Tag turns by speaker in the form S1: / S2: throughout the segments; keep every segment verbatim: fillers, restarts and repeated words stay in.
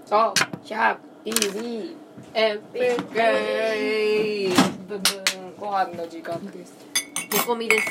S1: あ、ひゃく、ビービー、エピックイブンブン、ご飯の時間です。
S2: 寝込みです。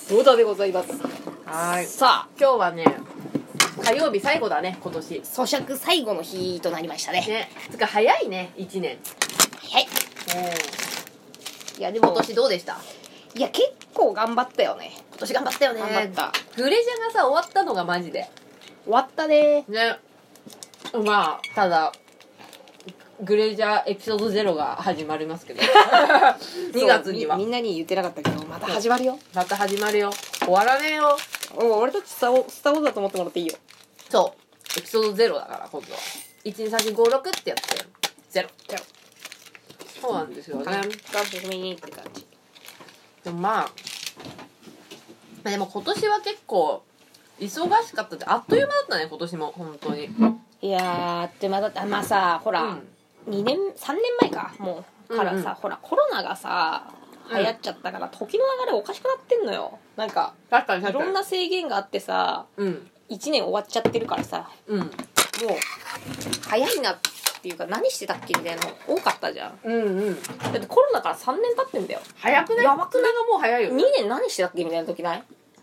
S1: ボーダでございます。
S2: はい。
S1: さあ、
S2: 今日はね、火曜日最後だね、今年。
S1: 咀嚼最後の日となりましたね。
S2: ね。つか早いね、いちねん。
S1: 早い。いや、でも、
S2: 今年どうでした？
S1: いや、結構頑張ったよね。
S2: 今年頑張ったよね。
S1: 頑張った。
S2: グレジャがさ、終わったのがマジで。
S1: 終わったね。
S2: ね。まあ、ただ、グレジャーエピソードゼロが始まりますけど。にがつには
S1: み。みんなに言ってなかったけど、また始まるよ。
S2: また始まるよ。終わらねえよ。
S1: お俺たちスター・スター・ウォーズだと思ってもらっていいよ。
S2: そう。エピソードゼロだから、今度は。いち、に、さん、よん、ご、ろくってやって、ゼロ。
S1: ゼロ。
S2: そうなんですよね。
S1: が進みにって感じ。
S2: でもまあ、まあでも今年は結構、忙しかったって、あっという間だったね、今年も、本当に。
S1: いやー、ってまだって、まあさ、ほら、
S2: うん
S1: にねん、さんねんまえか、もう、からさ、
S2: うんうん
S1: ほら、コロナがさ、流行っちゃったから、時の流れおかしくなってんのよ。なんか、
S2: 確かに
S1: いろんな制限があってさ、
S2: うん。
S1: いちねん終わっちゃってるからさ、
S2: うん。
S1: もう、早いなっていうか、何してたっけみたいなの多かったじゃん。
S2: うんうん。
S1: だってコロナからさんねん経ってんだよ。
S2: 早くない？
S1: やばくない？
S2: それがもう早いよ。
S1: にねん何してたっけみたいな時ない？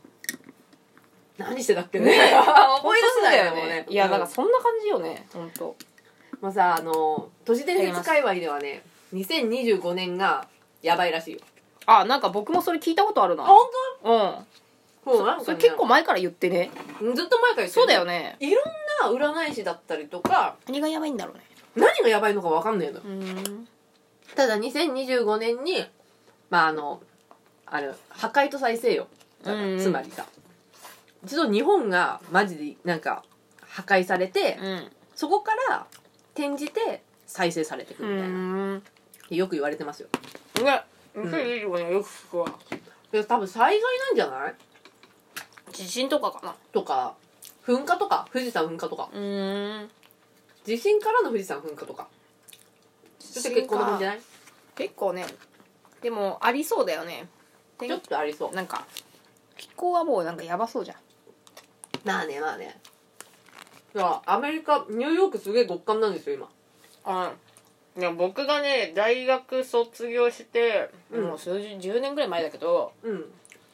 S2: 何してたっけね。思い出せないよね。
S1: いや、なんか
S2: うん
S1: そんな感じよね、ほんと。
S2: まあさ、あの、都市伝説界隈ではね、にせんにじゅうごねんがやばいらしいよ。
S1: あ、なんか僕もそれ聞いたことあるな。
S2: 本
S1: うん。
S2: 当？そう、なんかね
S1: それ結構前から言ってね。
S2: ずっと前から言ってる。
S1: そうだよね。
S2: いろんな占い師だったりとか、
S1: 何がやばいんだろうね。
S2: 何がやばいのか分かんないの。
S1: うーん。
S2: ただにせんにじゅうごねんに、まああの、あれ、破壊と再生よ。
S1: うんうん
S2: つまりさ、一度日本がマジでなんか破壊されて、
S1: うん。
S2: そこから転じて再生されていく
S1: う
S2: みたいな。
S1: ーん。
S2: よく言われてますよ。
S1: ね、にせんにじゅうごねんよく聞くわ。
S2: で多分災害なんじゃない？
S1: 地震とかかな。
S2: とか、噴火とか、富士山噴火とか。
S1: うーん。
S2: 地震からの富士山噴火とか。そして結構なもんじゃない？
S1: 結構ね。でも、ありそうだよね。
S2: ちょっとありそう。
S1: なんか、気候はもうなんかやばそうじゃん。
S2: まあね、まあね。いや、アメリカ、ニューヨークすげえ極寒なんですよ、今。
S1: あいや僕がね大学卒業して、
S2: うん
S1: もう数十じゅうねんぐらい前だけど、
S2: うん。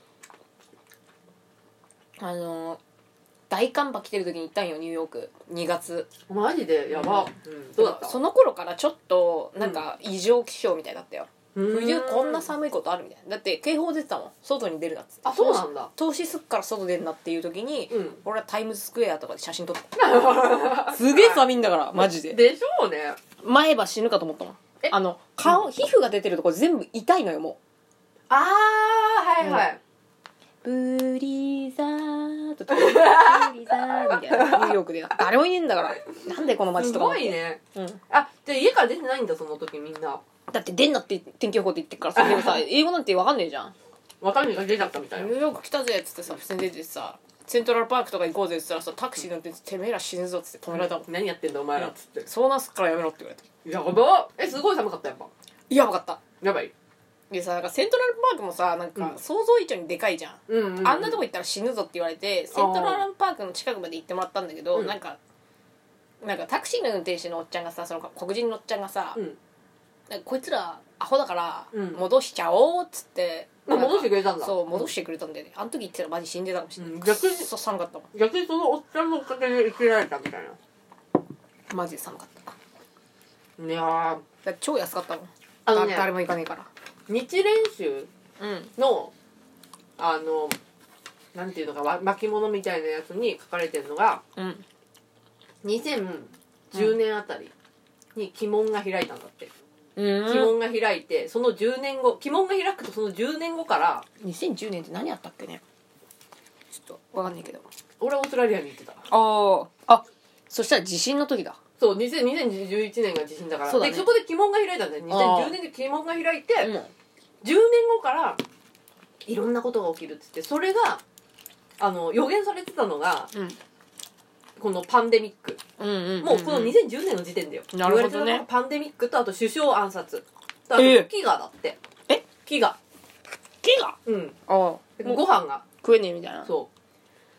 S1: あの大寒波来てる時に行ったんよニューヨークにがつ。
S2: マジでやば。うん。どうだった？
S1: その頃からちょっとなんか異常気象みたいだったよ、
S2: うん
S1: 冬こんな寒いことあるみたいな。だって警報出てたもん、外に出るなっつって。
S2: あ、そうなんだ。
S1: 投資すっから外出るなっていう時に、
S2: うん。
S1: 俺はタイムズスクエアとかで写真撮ったすげえ寒いんだからマジで。
S2: でしょうね。
S1: 前歯死ぬかと思ったもん。
S2: え
S1: あの顔、皮膚が出てるとこ全部痛いのよもう。
S2: あー、はいはい。
S1: ブリザードとかブリザーみたいなニューヨークで誰もいねえんだからなんでこの街
S2: す
S1: とか思って。
S2: ごいね。
S1: うん、
S2: あ、じゃあ家から出てないんだ、その時みんな。
S1: だって出んなって天気予報って言ってっからさ。でもさ英語なんて分かんねえじゃん。
S2: わかんないから出ちゃったみたいな。
S1: ニューヨーク来たぜっつってさ普通に出てさセントラルパークとか行こうぜっつったらさタクシー乗っててめえら死ぬぞっつって止められたもん、
S2: 何やってんだお前らっつって。
S1: そうなんすっからやめろって言われた。
S2: やばっ。え、すごい寒かったやっぱ。
S1: やばかった。
S2: やばい。
S1: でさなんかセントラルパークもさなんか
S2: うん
S1: 想像以上にでかいじゃん、
S2: うんうん、うん。
S1: あんなとこ行ったら死ぬぞって言われてセントラルパークの近くまで行ってもらったんだけど、
S2: うん
S1: なんかなんかタクシーの運転手のおっちゃんがさその黒人のおっちゃんがさ、
S2: うん。
S1: なんかこいつらアホだから
S2: うん
S1: 戻しちゃおうっつって、
S2: あ戻してくれたんだ。
S1: そう戻してくれたんでね。あの時言ってたらマジ死んでたかもしれない、
S2: うん逆に
S1: くっそ寒かったも
S2: 逆にそのおっちゃんのおかげで生きられたみたいな。
S1: んマジで寒かった。
S2: いやー、
S1: だって超安かったもん。
S2: あのね
S1: だ誰も行かねえから
S2: 日練習
S1: うん
S2: の、あの、なんていうのか、わ巻物みたいなやつに書かれてるのが、
S1: うん
S2: にせんじゅうねんあたりに鬼門が開いたんだって。
S1: うん
S2: 鬼門が開いて、そのじゅうねんご、鬼門が開くとそのじゅうねんごから、
S1: にせんじゅうねんって何あったっけね。ちょっとわかんないけど。
S2: 俺はオーストラリアに行ってた。
S1: あああそしたら地震の時だ。
S2: そう、にせんにじゅういちねんが地震だから。
S1: そうだね
S2: で、そこで鬼門が開いたんだよ。にせんじゅうねんで鬼門が開いて、
S1: うん
S2: じゅうねんごからいろんなことが起きるっつって、それがあの予言されてたのが
S1: うん
S2: このパンデミック、
S1: うんうんうんうん、
S2: もうこのにせんじゅうねんの時点だよ。
S1: なるほどね
S2: 言われてたのがパンデミックとあと首相暗殺とあと
S1: ええ
S2: 飢餓だって。
S1: え
S2: 飢餓。
S1: 飢餓。
S2: うん。
S1: ああもう
S2: ご飯が
S1: 食えねえみたいな。
S2: そう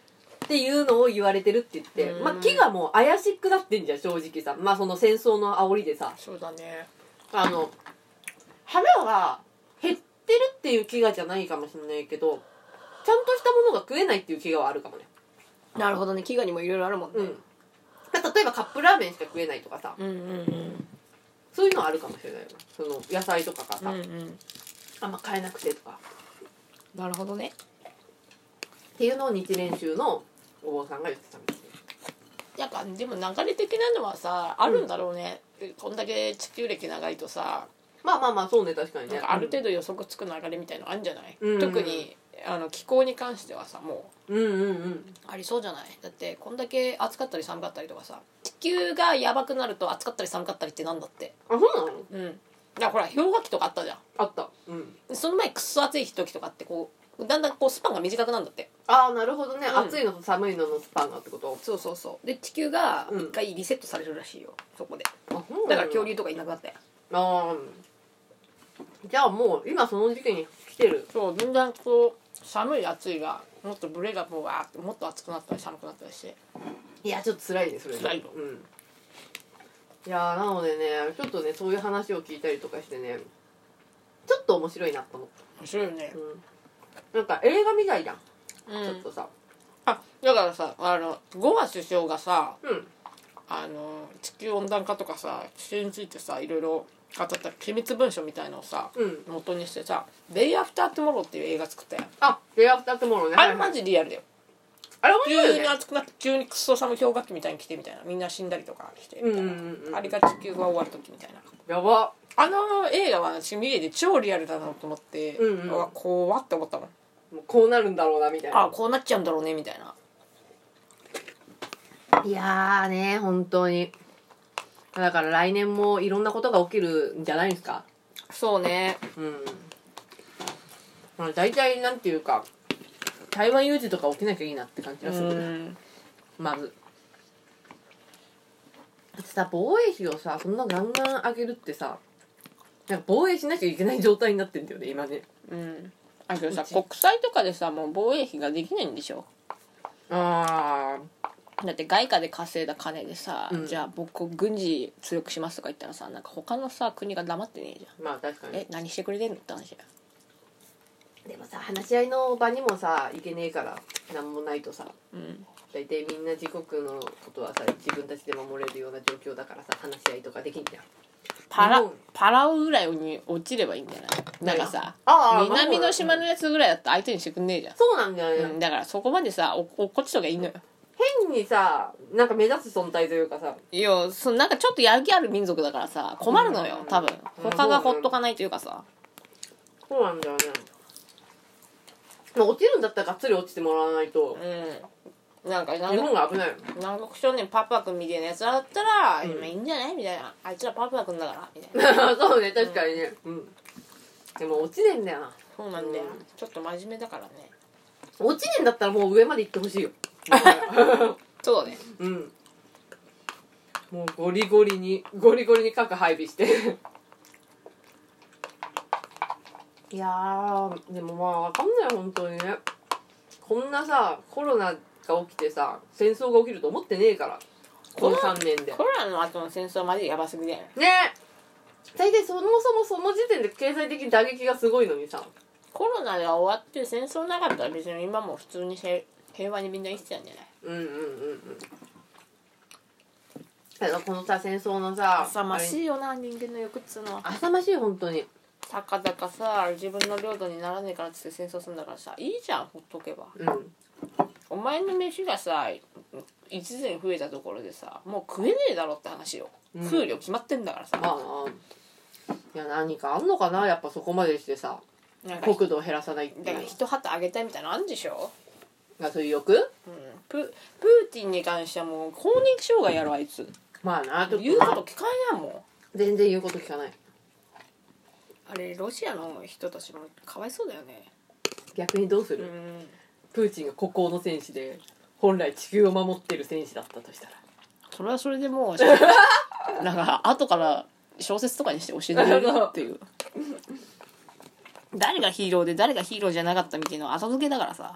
S2: っていうのを言われてるって言って、
S1: うん
S2: まあ木がもう怪しくなってんじゃん正直さ。まあその戦争の煽りでさ、
S1: そうだね。
S2: あの花が減ってるっていう飢餓じゃないかもしれないけど、ちゃんとしたものが食えないっていう飢餓はあるかもね。
S1: なるほどね。飢餓にもいろいろあるもんね。
S2: うん。まあ例えばカップラーメンしか食えないとかさ、
S1: うんうんうん
S2: そういうのはあるかもしれないよな。その野菜とかがさ、
S1: うんうん。
S2: あんま買えなくてとか
S1: なるほどね。
S2: っていうのを日蓮宗のお坊さんが言ってたんですよ。
S1: なんかでも流れ的なのはさあるんだろうね、うん、こんだけ地球歴長いとさ、
S2: まあまあまあそうね、確かにね。
S1: なんかある程度予測つく流れみたいのあるんじゃない、
S2: うん、
S1: 特にあの気候に関してはさも
S2: ううんうんうん
S1: ありそうじゃない。だってこんだけ暑かったり寒かったりとかさ、地球がやばくなると暑かったり寒かったりってなんだって。
S2: あ、そうなの？
S1: うんだからほら氷河期とかあったじゃん。
S2: あった。うん。
S1: その前くっそ暑い時とかってこうだんだんこうスパンが短くなるんだって。
S2: ああ、なるほどね、
S1: うん
S2: 暑いのと寒いののスパンがってこと？
S1: そうそうそう。で地球が
S2: うん
S1: 一回リセットされるらしいよ、そこで。
S2: あ、そうなの？
S1: だから恐竜とかいなくなったよ。
S2: ああ、じゃあもう今その時期に来てる。
S1: そうだんだんこう寒い暑いがもっとブレがもうわーってもっと暑くなったり寒くなったりして。
S2: いやちょっと辛いねそれね。
S1: 辛いよ
S2: うん。いやーなのでね、ちょっとねそういう話を聞いたりとかしてね、ちょっと面白いなと思っ
S1: 面白いよね
S2: た。。うん。なんか映画みたいじゃん。
S1: うん、
S2: ちょっとさ。
S1: あだからさあのゴア首相がさ
S2: うん。
S1: あの地球温暖化とかさ地球についてさいろいろ語った機密文書みたいのをさ
S2: うん。
S1: 元にしてさ「デイアフタートゥモロー」っていう映画作ったよ。
S2: あ、デイアフタートゥモローね。
S1: あれマジリアルだよ。
S2: あれ面白い
S1: 急
S2: よね。
S1: に暑くなって急にクソ寒氷河期みたいに来てみたいな、みんな死んだりとかしてみたいな、
S2: うんうんうんうん
S1: あれが地球が終わる時みたいな。
S2: やば。
S1: あの映画は私見えで超リアルだなと思って、
S2: うんうん
S1: わ怖って思ったもん。
S2: もうこうなるんだろうなみたいな。
S1: あこうなっちゃうんだろうねみたいな。
S2: いやーね、本当に。だから来年もいろんなことが起きるんじゃないですか。
S1: そうね。
S2: うん。まあ大体なんていうか、台湾有事とか起きなきゃいいなって感じがする。
S1: うん
S2: まず。だってさ、防衛費をさ、そんなガンガン上げるってさ、なんか防衛しなきゃいけない状態になってんだよね、今ね。
S1: うんあけどさ
S2: うち
S1: 国債とかでさもう防衛費ができないんでしょ。
S2: あ
S1: だって外貨で稼いだ金でさ、
S2: うん
S1: じゃあ僕軍事強くしますとか言ったらさなんか他のさ国が黙ってねえじゃん。
S2: ー、まあ確かに。
S1: え何してくれてんのって話だよ。
S2: でもさ、話し合いの場にもさ、行けねえから、なんもないとさ、
S1: うん
S2: 大体みんな自国のことはさ自分たちで守れるような状況だからさ話し合いとかできんじゃん。
S1: パラ
S2: 日本
S1: パラオぐらいに落ちればいいんじゃないなんかさ
S2: ああ
S1: 南の島の
S2: うん
S1: やつぐらいだったら相手にしてくんねえじゃん。
S2: そうなんだよね、
S1: うん、だからそこまでさお落っこちとがいいのよ。
S2: 変にさなんか目指す存在というかさ、
S1: いやそなんかちょっとやる気ある民族だからさ困るのよ多分。
S2: うん
S1: 他がほっとかないというかさ。
S2: そうなんだよね。まあ落ちるんだったらがっつり落ちてもらわないと
S1: うんなんか
S2: 日本が危ないよ。
S1: 南国少年パパ君みたいなやつらだったら、
S2: うん
S1: 今いいんじゃないみたいな、あいつらパパ君だからみたいな。
S2: そうね、確かにね、うん、でも落ちねえんだよな。
S1: そうなんだよ、
S2: うん
S1: ちょっと真面目だからね。
S2: 落ちねえんだったらもう上まで行ってほしいよ
S1: そうだね。
S2: うんもうゴリゴリにゴリゴリに核配備していやーでもまあわかんない本当にね。こんなさコロナが起きてさ戦争が起きると思ってねえからこのさんねんで
S1: コロナの後の戦争はマジでヤバすぎだよね。
S2: ねえ大体そもそもその時点で経済的打撃がすごいのにさ。
S1: コロナが終わって戦争なかったら別に今も普通に平平和にみんな生きてたんじゃない。
S2: うんうんうんうんだからこのさ戦争のさ
S1: 浅ましいよな人間の欲っつうのは。
S2: 浅ましい本当に。
S1: たかだかさ自分の領土にならねえからっつって戦争するんだからさいいじゃんほっとけば。
S2: うん
S1: お前の飯がさ一膳増えたところでさもう食えねえだろって話よ、
S2: うん
S1: 食う量決まってんだからさ、
S2: まあないや何かあんのかなやっぱそこまでしてさ
S1: なんか
S2: 国土を減らさないっていう
S1: だから一旗あげたいみたいなのあるんでしょ、
S2: がそういう欲。
S1: うん、ププーティンに関してはもう更年期障害やろあいつ。
S2: まあなちょっ
S1: 言う
S2: と
S1: こと聞かんやんも
S2: 全然言うこと聞かない。
S1: う。あれロシアの人たちもかわいそうだよね。
S2: 逆にどうする、
S1: うん
S2: プーチンが孤高の戦士で本来地球を守ってる戦士だったとしたら。
S1: それはそれでもうなんか後から小説とかにして教えてくれるっていう誰がヒーローで誰がヒーローじゃなかったみたいなの後付けだからさ。
S2: うん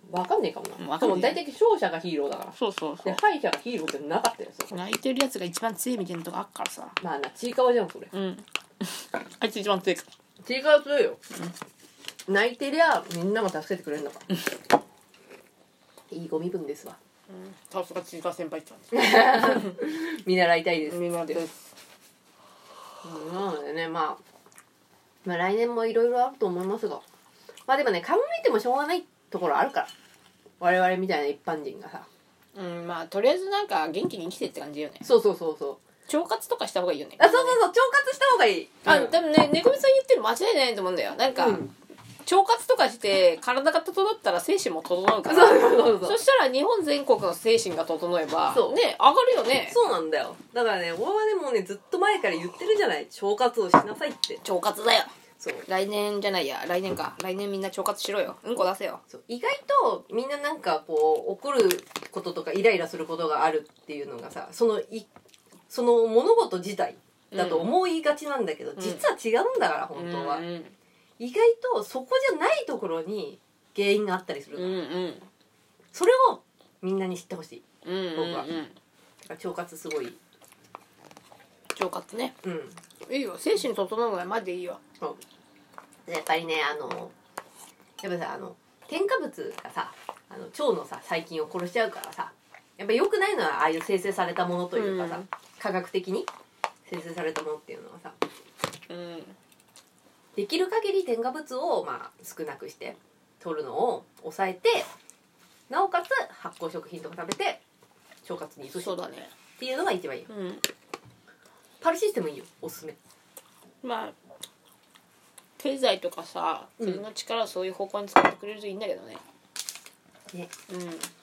S2: 分かんねえかもな、
S1: うん分かんねえ
S2: でも大体勝者がヒーローだから
S1: そうそう
S2: で敗者がヒーローってなかったよそれ
S1: 泣いてるやつが一番強いみたいなとこあっからさ。
S2: まあなちいかわじゃんそれ
S1: うんあいつ一番強いか
S2: ちいかわ強いよ、泣いてりゃみんなも助けてくれるんだからいいご身分ですわ。
S1: さすがちいかわ先輩って感じ
S2: 見習いたいです
S1: みんなです
S2: うんなのでね、まあ、まあ来年もいろいろあると思いますがまあでもね考えてもしょうがないところあるから我々みたいな一般人がさ
S1: うんまあとりあえずなんか元気に生きてって感じよね。
S2: そうそうそうそう
S1: 腸活とかした方がいいよね。
S2: あそうそうそう腸活した方がいい
S1: あ、
S2: うん
S1: 多分ね猫みさん言ってる間違いないと思うんだよ。なんか、
S2: うん
S1: 腸活とかして体が整ったら精神も整うから
S2: そうそうそうそう
S1: そしたら日本全国の精神が整えば
S2: そう
S1: ね上がるよね。
S2: そうなんだよだからね俺はでもねずっと前から言ってるじゃない腸活をしなさいって
S1: 腸活だよ。
S2: そう
S1: 来年じゃないや来年か来年みんな腸活しろよ。うんこ出せよ。
S2: そう意外とみんななんかこう怒ることとかイライラすることがあるっていうのがさそのいその物事自体だと思いがちなんだけど、
S1: ん
S2: 実は違うんだから本当は、
S1: うんうん
S2: 意外とそこじゃないところに原因があったりするから、
S1: うんうん
S2: それをみんなに知ってほしい。
S1: うんうん
S2: 僕は
S1: うん
S2: だから腸活すごい
S1: 腸活ね
S2: うん
S1: いいよ。精神整うのはマジでいいよ。
S2: そうやっぱりねあのやっぱさあの添加物がさあの腸のさ細菌を殺しちゃうからさやっぱ良くないのはああいう生成されたものというかさ、
S1: うん
S2: 科学的に生成されたものっていうのはさ
S1: うん
S2: できる限り添加物をまあ少なくして取るのを抑えてなおかつ発酵食品とか食べて腸活に移す
S1: そうだね。
S2: っていうのが一番いいよ。
S1: うん
S2: パルシステムいいよおすすめ。
S1: まあ経済とかさ
S2: うん
S1: 国の力をそういう方向に使ってくれるといいんだけどね。
S2: ね
S1: うん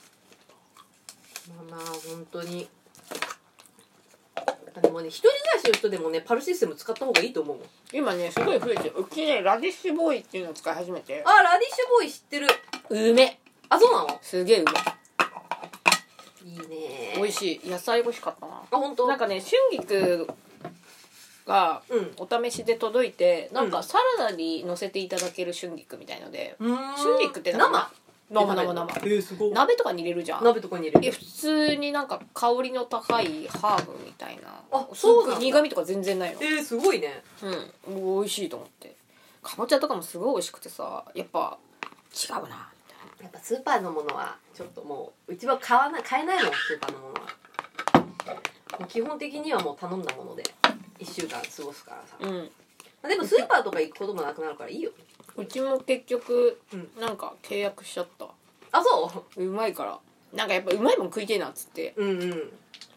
S2: まあまあ本当にでもね一人暮らしの人でもねパルシステム使った方がいいと思うもん。
S1: 今ねすごい増えてる。うちねラディッシュボーイっていうのを使い始めて
S2: あラディッシュボーイ知ってる。
S1: うめ
S2: あそうなの
S1: すげえうめ
S2: いいね
S1: 美味しい。野菜美味しかったな。
S2: あ本当
S1: なんかね春菊が
S2: うん
S1: お試しで届いて、なんかサラダに乗せていただける春菊みたいので、
S2: 春
S1: 春菊ってなんか
S2: 生
S1: 生生生
S2: えー、すごい
S1: 鍋とかに入れるじゃん。
S2: 鍋とかに入れる
S1: え普通になんか香りの高いハーブみたいな。
S2: あそうなんだ
S1: すごい苦味とか全然ないの。
S2: えー、すごいね
S1: うんもう美味しいと思って。かぼちゃとかもすごい美味しくてさやっぱ違うな。
S2: やっぱスーパーのものはちょっともううちは買わない買えないもんスーパーのものはもう基本的にはもう頼んだものでいっしゅうかん過ごすからさ、
S1: うん
S2: でもスーパーとか行くこともなくなるからいいよ。
S1: うちも結局
S2: うん
S1: なんか契約しちゃった。
S2: あそう
S1: まいからなんかやっぱうまいもん食いてえなっつって
S2: うんうんやっ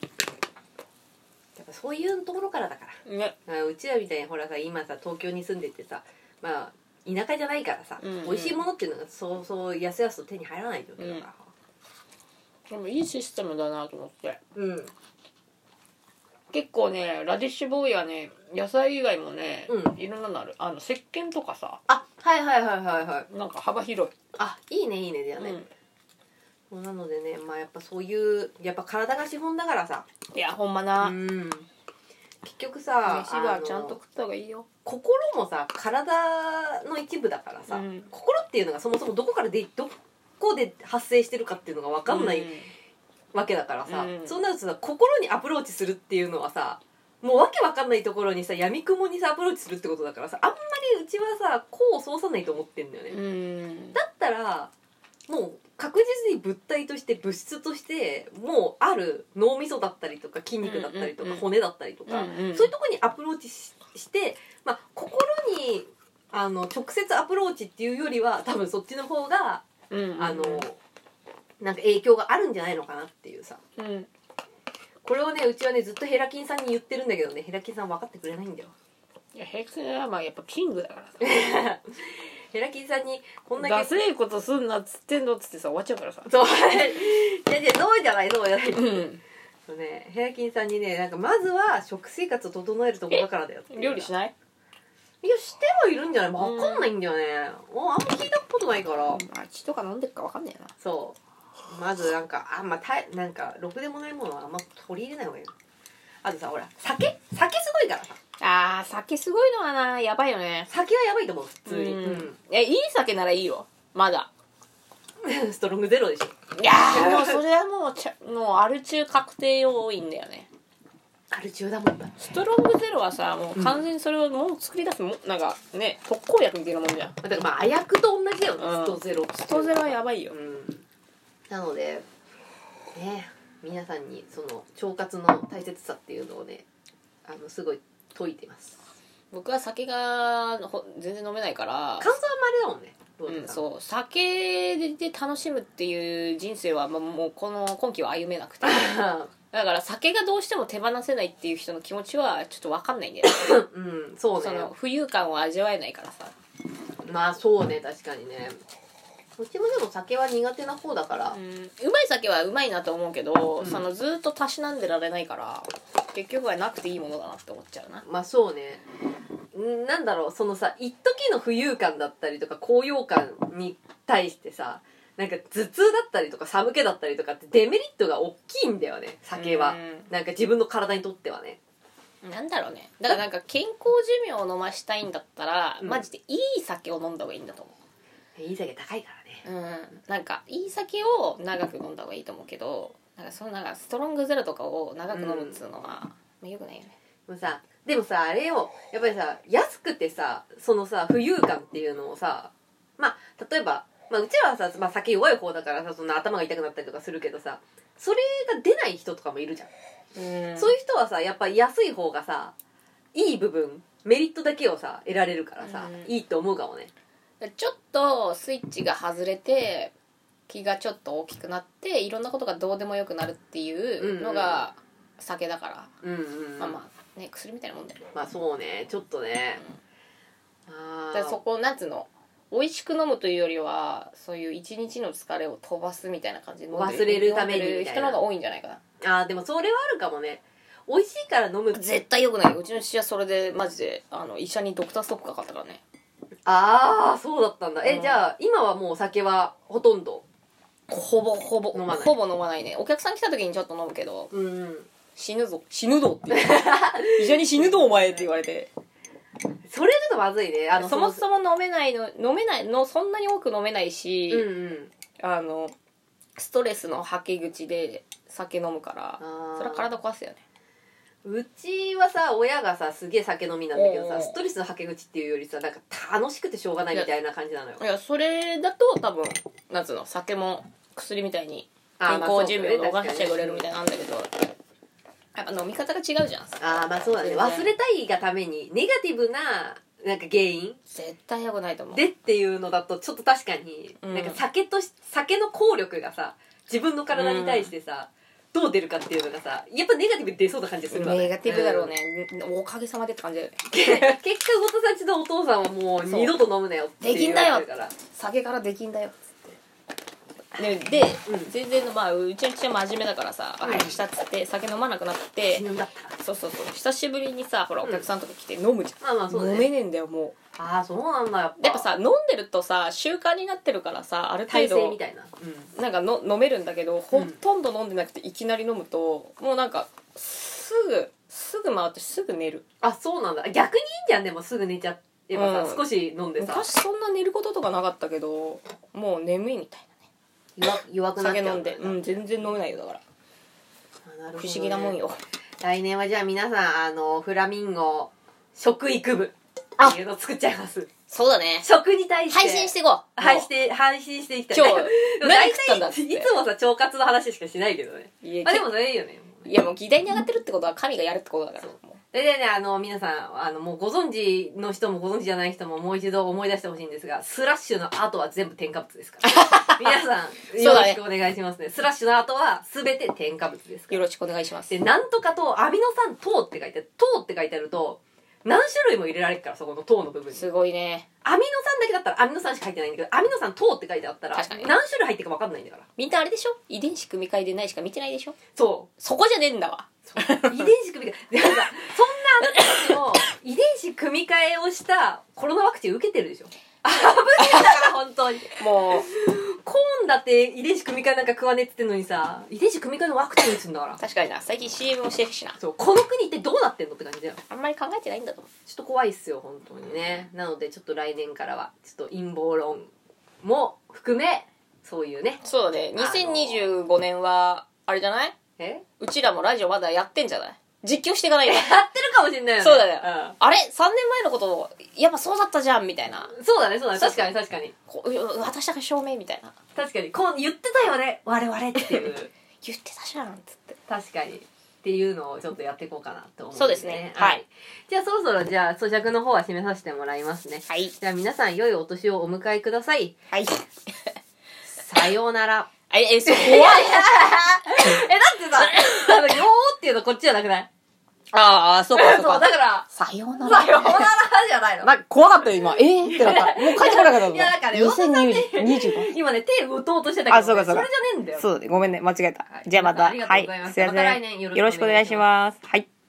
S2: ぱそういうところからだから
S1: ね。
S2: あうちらみたいにほらさ今さ東京に住んでてさまあ田舎じゃないからさ、
S1: うんうん
S2: 美味しいものっていうのがそうそうやすやすと手に入らない状況だか
S1: でもいいシステムだなと思って。
S2: らうん
S1: 結構ねラディッシュボーイはね野菜以外もね、
S2: うん
S1: いろんなのある。あの石鹸とかさ
S2: あはいはいはいはいはい
S1: なんか幅広い。
S2: あいいねいいねだよね、
S1: うん
S2: なのでねまあやっぱそういうやっぱ体が資本だからさ
S1: いやほんまな、
S2: うん結局さ
S1: 飯は
S2: あの
S1: ちゃんと食った方がいいよ。
S2: 心もさ体の一部だからさ、
S1: うん
S2: 心っていうのがそもそもどこからでどこで発生してるかっていうのが分かんないわけだからさ、
S1: うん
S2: そうなるとさ心にアプローチするっていうのはさもうわけわかんないところにさ闇雲にさアプローチするってことだからさあんまりうちはさ功を奏さないと思ってんだよね、
S1: うん、うん、
S2: だったらもう確実に物体として物質としてもうある脳みそだったりとか筋肉だったりとか
S1: うんうんうん
S2: 骨だったりとか、
S1: うんうん
S2: そういうところにアプローチ し, してまあ心にあの直接アプローチっていうよりは多分そっちの方が、
S1: うんうん、
S2: あのなんか影響があるんじゃないのかなっていうさ
S1: うん
S2: これをねうちはねずっとヘラキンさんに言ってるんだけどねヘラキンさん分かってくれないんだよ
S1: いやヘクセはまあやっぱキングだからさ
S2: ヘラキンさんにこんだけ
S1: ダセえことすんなっつってんのっつってさ終わっちゃうからさ
S2: そういやいやそうじゃないそうじゃない
S1: うん
S2: そうね、ヘラキンさんにねなんかまずは食生活を整えるところだからだよって
S1: 料理しない
S2: いやしてはいるんじゃないわかんないんだよね、おあんま聞いたことないから、
S1: あ血とか飲んでっかわかんねえな
S2: そうまずなんかあんまたなんかろくでもないものはあんま取り入れない方がいいよあとさほら酒酒すごいからさ
S1: あー酒すごいのはなやばいよね
S2: 酒はやばいと思う普通に、
S1: うん
S2: うん
S1: いやいい酒ならいいよまだ
S2: ストロングゼロでしょ。
S1: いやーもうそれはもうちゃもうアル中確定要因だよね。
S2: アル中だもんだ。
S1: ストロングゼロはさもう完全にそれをもう作り出すもなんかね特効薬みたいなもんじゃん。
S2: だからまあ麻薬と同じだよね、
S1: うん
S2: ストゼロ
S1: ストゼロはやばいよ。
S2: うんなのでね皆さんにその腸活の大切さっていうのをねあのすごい説いてます。
S1: 僕は酒がほ全然飲めないから
S2: 感想はあれだもんね。どう
S1: うん、
S2: ですか。
S1: そう酒で楽しむっていう人生はもうもうこの今期は歩めなくてだから酒がどうしても手放せないっていう人の気持ちはちょっと分かんないんだよね
S2: うんそうね。
S1: その浮遊感を味わえないからさ。
S2: まあそうね確かにね。うちもでも酒は苦手な方だから、
S1: うん、うまい酒はうまいなと思うけど、
S2: うん
S1: そのずっとたしなんでられないから結局はなくていいものだなって思っちゃうな。
S2: まあそうね。んなんだろうそのさ一時の浮遊感だったりとか高揚感に対してさなんか頭痛だったりとか寒気だったりとかってデメリットが大きいんだよね酒は。
S1: うん
S2: なんか自分の体にとってはね。
S1: なんだろうね。だからなんか健康寿命を飲ましたいんだったら、
S2: うん
S1: マジでいい酒を飲んだ方がいいんだと思
S2: いい酒高いからね。
S1: う。うん、なんかいい酒を長く飲んだ方がいいと思うけど、なんかそのなんかストロングゼロとかを長く飲むっつうのは、まあ、よくないよね。
S2: でもさでもさあれよやっぱりさ安くてさそのさ浮遊感っていうのをさまあ例えば、まあ、うちらはさ、まあ、酒弱い方だからさそんな頭が痛くなったりとかするけどさそれが出ない人とかもいるじゃん。
S1: うん、
S2: そういう人はさやっぱり安い方がさいい部分メリットだけをさ得られるからさ、
S1: うん
S2: いいと思うかもね。
S1: ちょっとスイッチが外れて気がちょっと大きくなっていろんなことがどうでもよくなるっていうのが酒だから、
S2: うんうん、
S1: まあまあね薬みたいなもんだよね。
S2: まあそうねちょっとね、
S1: うん、
S2: あ
S1: だからそこなんつうの美味しく飲むというよりはそういう一日の疲れを飛ばすみたいな感じで飲んで
S2: 忘れるためにみたいな
S1: 飲んでる人の方が多いんじゃないかな。
S2: あーでもそれはあるかもね。美味しいから飲む
S1: 絶対良くない。うちの父はそれでマジであの医者にドクターストップかかったからね。
S2: ああそうだったんだ。え、
S1: うん
S2: じゃあ今はもうお酒はほとんど
S1: ほぼほぼ
S2: 飲まない
S1: ほぼ飲まないね。お客さん来た時にちょっと飲むけど
S2: うんうん
S1: 死ぬぞ死ぬぞって言う医者に死ぬぞお前って言われて
S2: それちょっとまずいね。あの
S1: そもそも飲めないの飲めないのそんなに多く飲めないし、
S2: うんうん
S1: あのストレスの吐き口で酒飲むから
S2: あー
S1: それは体壊すよね。
S2: うちはさ親がさすげえ酒飲みなんだけど
S1: おうおう
S2: さストレスの吐け口っていうよりさなんか楽しくてしょうがないみたいな感じなのよ。
S1: いやそれだと多分なんつうの酒も薬みたいに健康寿命を逃してくれるみたいなんだけど、やっぱ飲み方が違うじゃん。
S2: ああまあそうだね。
S1: 全然
S2: 忘れたいがためにネガティブななんか原因
S1: 絶対良くないと思う。
S2: でっていうのだとちょっと確かに、
S1: うん
S2: なんか酒とし酒の効力がさ自分の体に対してさ、どう出るかっていうのがさやっぱネガティブに出そうな感じするわね。
S1: ネガティブだろうね、おかげさまでって感じだよね。
S2: うん結果後藤さんちのお父さんはもう二度と飲むなよって
S1: できんだよ
S2: 言われてるから
S1: 酒からできんだよっつってでで、
S2: うん
S1: 全然まあうちの父は真面目だからさ「
S2: うん
S1: あはいした」っつって酒飲まなくなって
S2: 死ぬんだったら
S1: そうそうそう久しぶりにさほら
S2: うん
S1: お客さんとか来て飲むじゃん、
S2: まあまあそうだね。
S1: 飲めねえんだよも
S2: ああそうなんだやっぱ
S1: うやっぱさ飲んでるとさ習慣になってるからさある程
S2: 体勢
S1: 度
S2: みたいな、うん、
S1: なんかの飲めるんだけどほ
S2: うん
S1: とんど飲んでなくていきなり飲むともうなんかすぐすぐ回ってすぐ寝る。
S2: あそうなんだ。逆にいいんじゃん。でもすぐ寝ちゃえばさ、
S1: うん
S2: 少し飲んでさ
S1: 昔そんな寝ることとかなかったけどもう眠いみたい
S2: 弱弱く
S1: なね
S2: なっちゃう
S1: 酒飲んでうん全然飲めないよだから
S2: あなるほどね
S1: 不思議なもんよ。
S2: 来年はじゃあ皆さんあのフラミンゴ食育部っていうのを作っちゃいます。
S1: そうだね
S2: 食に対して
S1: 配信していこう
S2: 配信配信していきたい。
S1: 今日
S2: でも
S1: 何
S2: 大
S1: 食ったんだっつって
S2: 体いつもさ腸活の話しかしないけどね。
S1: いや
S2: まあでもそれいいよね。
S1: いやもう議題に上がってるってことは神がやるってことだからも
S2: ででねあの皆さんあのもうご存知の人もご存知じゃない人ももう一度思い出してほしいんですが、スラッシュの後は全部添加物ですから皆さん
S1: そうだね
S2: よろしくお願いしますね。スラッシュの後は全て添加物ですから。
S1: うよろしくお願いします。
S2: でなんとかとアミノ酸糖って書いてある糖って書いてあると何種類も入れられるから、そこの糖の部分に
S1: すごいね。
S2: アミノ酸だけだったらアミノ酸しか入ってないんだけど、アミノ酸糖って書いてあったら
S1: 確かに
S2: 何種類入ってるか分かんないんだから。
S1: みんなあれでしょ遺伝子組み換えでないしか見てないでしょ
S2: そう
S1: そこじゃねえんだわ。
S2: そう遺伝子組み換えでもさそんなあなたたちも遺伝子組み換えをしたコロナワクチン受けてるでしょ。危ないんだから本当に
S1: もう
S2: コーンだって遺伝子組み換えなんか食わねえって言ってんのにさ、遺伝子組み換えのワクチン打つんだから。
S1: 確かにな最近 シーエム もしてるしな。
S2: そうこの国ってどうなってんのって感じだよ。
S1: あんまり考えてないんだと思う。
S2: ちょっと怖いっすよ本当にね。なのでちょっと来年からはちょっと陰謀論も含めそういうね。
S1: そうだね。にせんにじゅうごねんは、あれじゃない？
S2: え
S1: うちらもラジオまだやってんじゃない？実況していかないと。
S2: やってるかもしんないよね。
S1: そうだよ。
S2: うん
S1: あれ ?さんねんまえのこと、やっぱそうだったじゃんみたいな。
S2: そうだね、そうだね。確かに確かに。
S1: こう私だけ証明みたいな。
S2: 確かに。こう言ってたよね、我々っていう。
S1: 言ってたじゃんっつって。
S2: 確かに。っていうのをちょっとやっていこうかなと思う、ね。
S1: そうですね。
S2: はい。
S1: はい、
S2: じゃあそろそろじゃあ咀嚼の方は締めさせてもらいますね。
S1: はい。
S2: じゃあ皆さん良いお年をお迎えください。
S1: はい。
S2: さようなら。
S1: え、え、そう、怖い。え、だ
S2: ってさ、あの、よーっていうのこっちじゃなくない？
S1: ああ、そうか、そうか。
S2: そう、だから、
S1: さようなら。
S2: さようならじゃないの。
S1: なんか怖かったよ、今。えーってなった。もう帰ってこなかった。
S2: いや、なんかね、
S1: にせんにじゅうご。
S2: 今ね、手打とうとしてたけど、ね、
S1: あ、そうかそうか。
S2: それじゃねえんだよ。
S1: そうだね、ごめんね、間違えた。
S2: はい、
S1: じゃあまた、
S2: ありがとうございます。
S1: はい、すいません。
S2: また来年よろしくお願いします。
S1: よろしくお願いします。はい。